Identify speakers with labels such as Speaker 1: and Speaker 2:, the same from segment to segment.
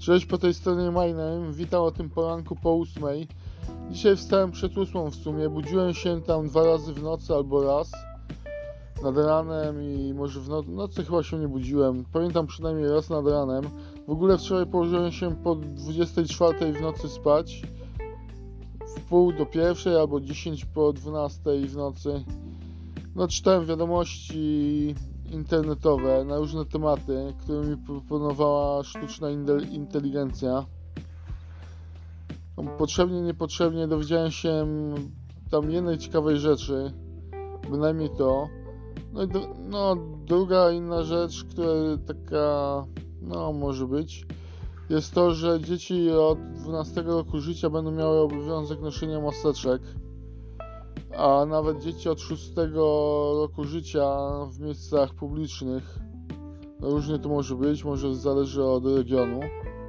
Speaker 1: Cześć, po tej stronie Majnem, witam o tym poranku po 8. Dzisiaj wstałem przed 8 w sumie, budziłem się tam 2 razy w nocy albo raz nad ranem i może w nocy chyba się nie budziłem, pamiętam przynajmniej raz nad ranem. W ogóle wczoraj położyłem się po 24 w nocy spać, w pół do pierwszej albo 10 po 12 w nocy. Czytałem wiadomości internetowe na różne tematy, które mi proponowała sztuczna inteligencja. Potrzebnie, niepotrzebnie dowiedziałem się tam jednej ciekawej rzeczy, bynajmniej to. Druga inna rzecz, która taka, może być, jest to, że dzieci od 12 roku życia będą miały obowiązek noszenia maseczek, a nawet dzieci od 6 roku życia w miejscach publicznych. Różnie to może być, może zależy od regionu.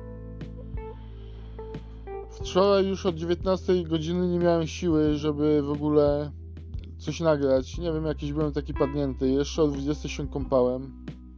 Speaker 1: Wczoraj już od 19 godziny nie miałem siły, żeby w ogóle coś nagrać. Nie wiem, jakiś byłem taki padnięty. Jeszcze o 20 się kąpałem.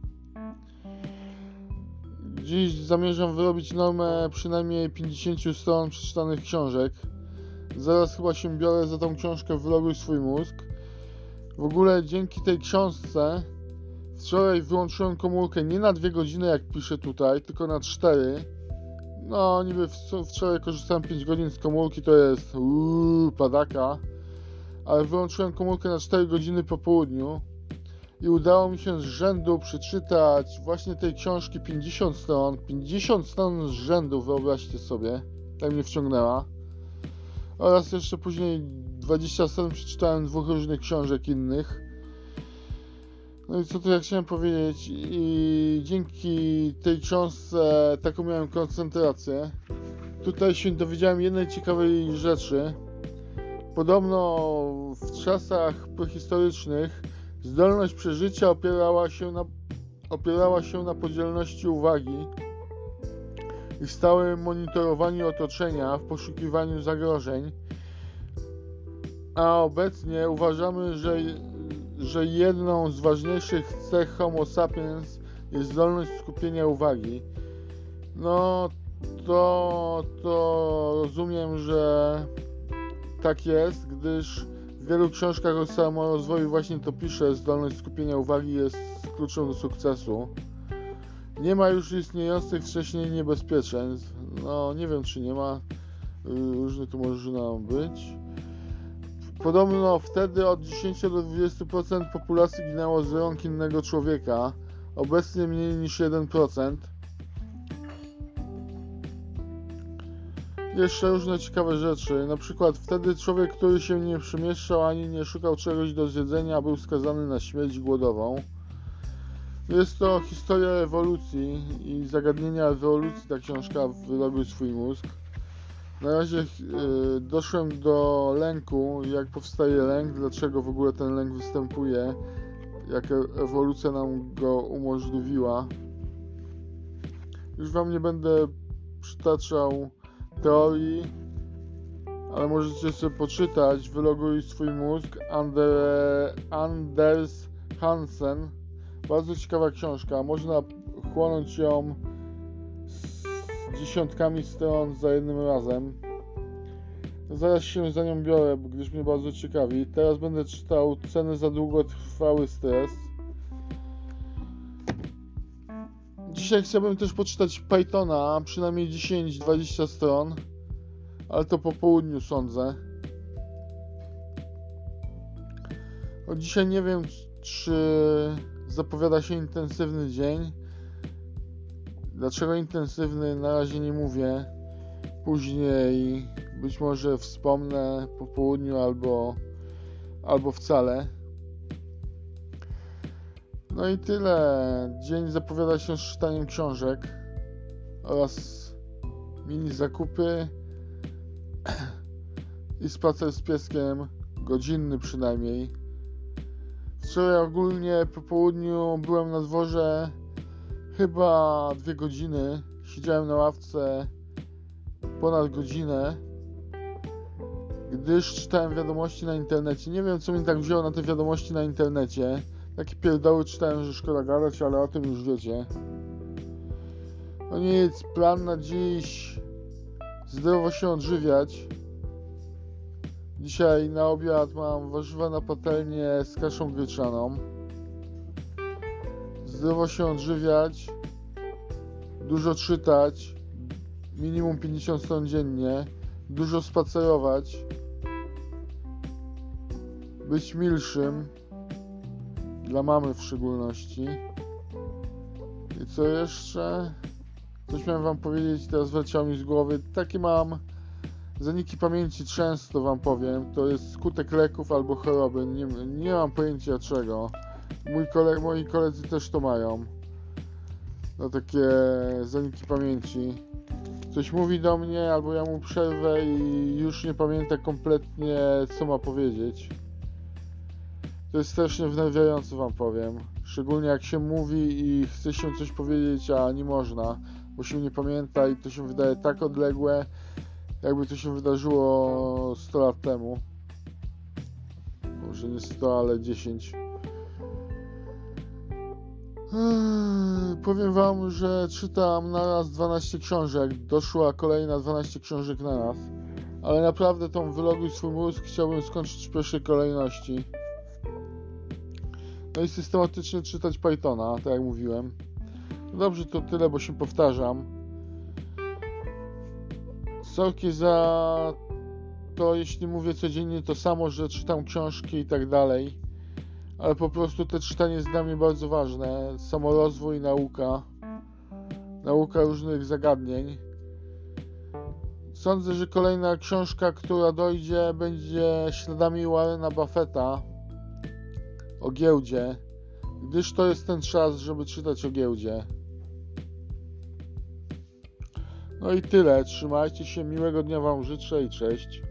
Speaker 1: Dziś zamierzam wyrobić normę przynajmniej 50 stron przeczytanych książek. Zaraz chyba się biorę za tą książkę Wyloguj swój mózg. W ogóle dzięki tej książce wczoraj wyłączyłem komórkę nie na 2 godziny, jak piszę tutaj, tylko na 4. Niby wczoraj korzystałem 5 godzin z komórki, to jest padaka. Ale wyłączyłem komórkę na 4 godziny po południu i udało mi się z rzędu przeczytać właśnie tej książki 50 stron. 50 stron z rzędu, wyobraźcie sobie. Tak mnie wciągnęła. Oraz jeszcze później 20 stron przeczytałem 2 różnych książek innych. I co tu ja chciałem powiedzieć? I dzięki tej książce taką miałem koncentrację. Tutaj się dowiedziałem jednej ciekawej rzeczy. Podobno w czasach prehistorycznych zdolność przeżycia opierała się na podzielności uwagi i stałym monitorowaniu otoczenia w poszukiwaniu zagrożeń, a obecnie uważamy, że jedną z ważniejszych cech Homo sapiens jest zdolność skupienia uwagi. To rozumiem, że tak jest, gdyż w wielu książkach o samorozwoju właśnie to pisze, zdolność skupienia uwagi jest kluczem do sukcesu. Nie ma już istniejących wcześniej niebezpieczeństw. Nie wiem, czy nie ma. Różnie to może być. Podobno wtedy od 10 do 20% populacji ginęło z rąk innego człowieka. Obecnie mniej niż 1%. Jeszcze różne ciekawe rzeczy. Na przykład wtedy człowiek, który się nie przemieszczał ani nie szukał czegoś do zjedzenia, był skazany na śmierć głodową. Jest to historia ewolucji i zagadnienia ewolucji, ta książka Wyloguj swój mózg. Na razie doszłem do lęku, jak powstaje lęk, dlaczego w ogóle ten lęk występuje, jak ewolucja nam go umożliwiła. Już wam nie będę przytaczał teorii, ale możecie sobie poczytać Wyloguj swój mózg Anders Hansen. Bardzo ciekawa książka, można chłonąć ją z dziesiątkami stron za jednym razem. Zaraz się za nią biorę, gdyż mnie bardzo ciekawi. Teraz będę czytał Ceny za długotrwały stres. Dzisiaj chciałbym też poczytać Pythona, przynajmniej 10-20 stron, ale to po południu sądzę. Dzisiaj nie wiem, czy zapowiada się intensywny dzień. Dlaczego intensywny, na razie nie mówię. Później być może wspomnę po południu albo wcale. I tyle. Dzień zapowiada się z czytaniem książek oraz mini zakupy i spacer z pieskiem, godzinny przynajmniej. Wczoraj ogólnie po południu byłem na dworze chyba 2 godziny. Siedziałem na ławce ponad godzinę, gdyż czytałem wiadomości na internecie. Nie wiem, co mnie tak wzięło na te wiadomości na internecie. Takie pierdoły czytałem, że szkoda gadać, ale o tym już wiecie. No nic, plan na dziś: zdrowo się odżywiać. Dzisiaj na obiad mam warzywa na patelnię z kaszą gryczaną. Zdrowo się odżywiać, dużo czytać, minimum 50 stron dziennie, dużo spacerować, być milszym, dla mamy w szczególności. I co jeszcze? Coś miałem wam powiedzieć, teraz wleciało mi z głowy. Takie mam zaniki pamięci, często wam powiem. To jest skutek leków albo choroby. Nie mam pojęcia czego. Moi koledzy też to mają. No takie zaniki pamięci. Coś mówi do mnie, albo ja mu przerwę i już nie pamięta kompletnie, co ma powiedzieć. To jest strasznie wnerwiające, wam powiem. Szczególnie jak się mówi i chce się coś powiedzieć, a nie można, bo się nie pamięta i to się wydaje tak odległe, jakby to się wydarzyło 100 lat temu. Może nie 100, ale 10. Powiem wam, że czytam naraz 12 książek. Doszła kolejna 12 książek naraz. Ale naprawdę tą Wyloguj swój mózg chciałbym skończyć w pierwszej kolejności. No i systematycznie czytać Pythona, tak jak mówiłem. No dobrze, to tyle, bo się powtarzam. Sorki za to, jeśli mówię codziennie to samo, że czytam książki i tak dalej. Ale po prostu to czytanie jest dla mnie bardzo ważne. Samorozwój, nauka różnych zagadnień. Sądzę, że kolejna książka, która dojdzie, będzie Śladami Warrena Buffetta o giełdzie, gdyż to jest ten czas, żeby czytać o giełdzie. No i tyle. Trzymajcie się, miłego dnia wam życzę i cześć.